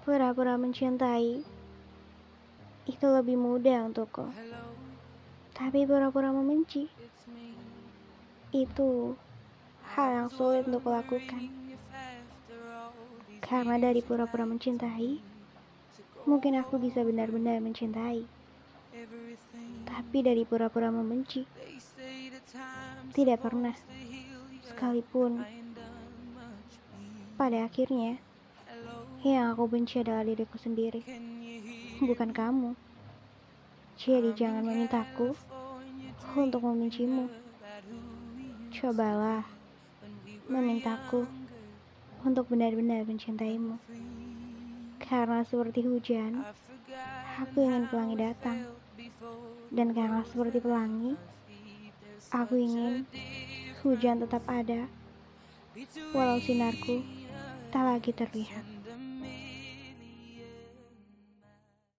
Pura-pura mencintai itu lebih mudah untukku. Tapi pura-pura membenci itu hal yang sulit untuk kulakukan. Karena dari pura-pura mencintai, mungkin aku bisa benar-benar mencintai. Tapi dari pura-pura membenci, tidak pernah. Sekalipun, pada akhirnya, yang aku benci adalah diriku sendiri, bukan kamu. Jadi jangan memintaku untuk membencimu. Cobalah memintaku untuk benar-benar mencintaimu. Karena seperti hujan, aku ingin pelangi datang. Dan karena seperti pelangi, aku ingin hujan tetap ada, walau sinarku tak lagi terlihat.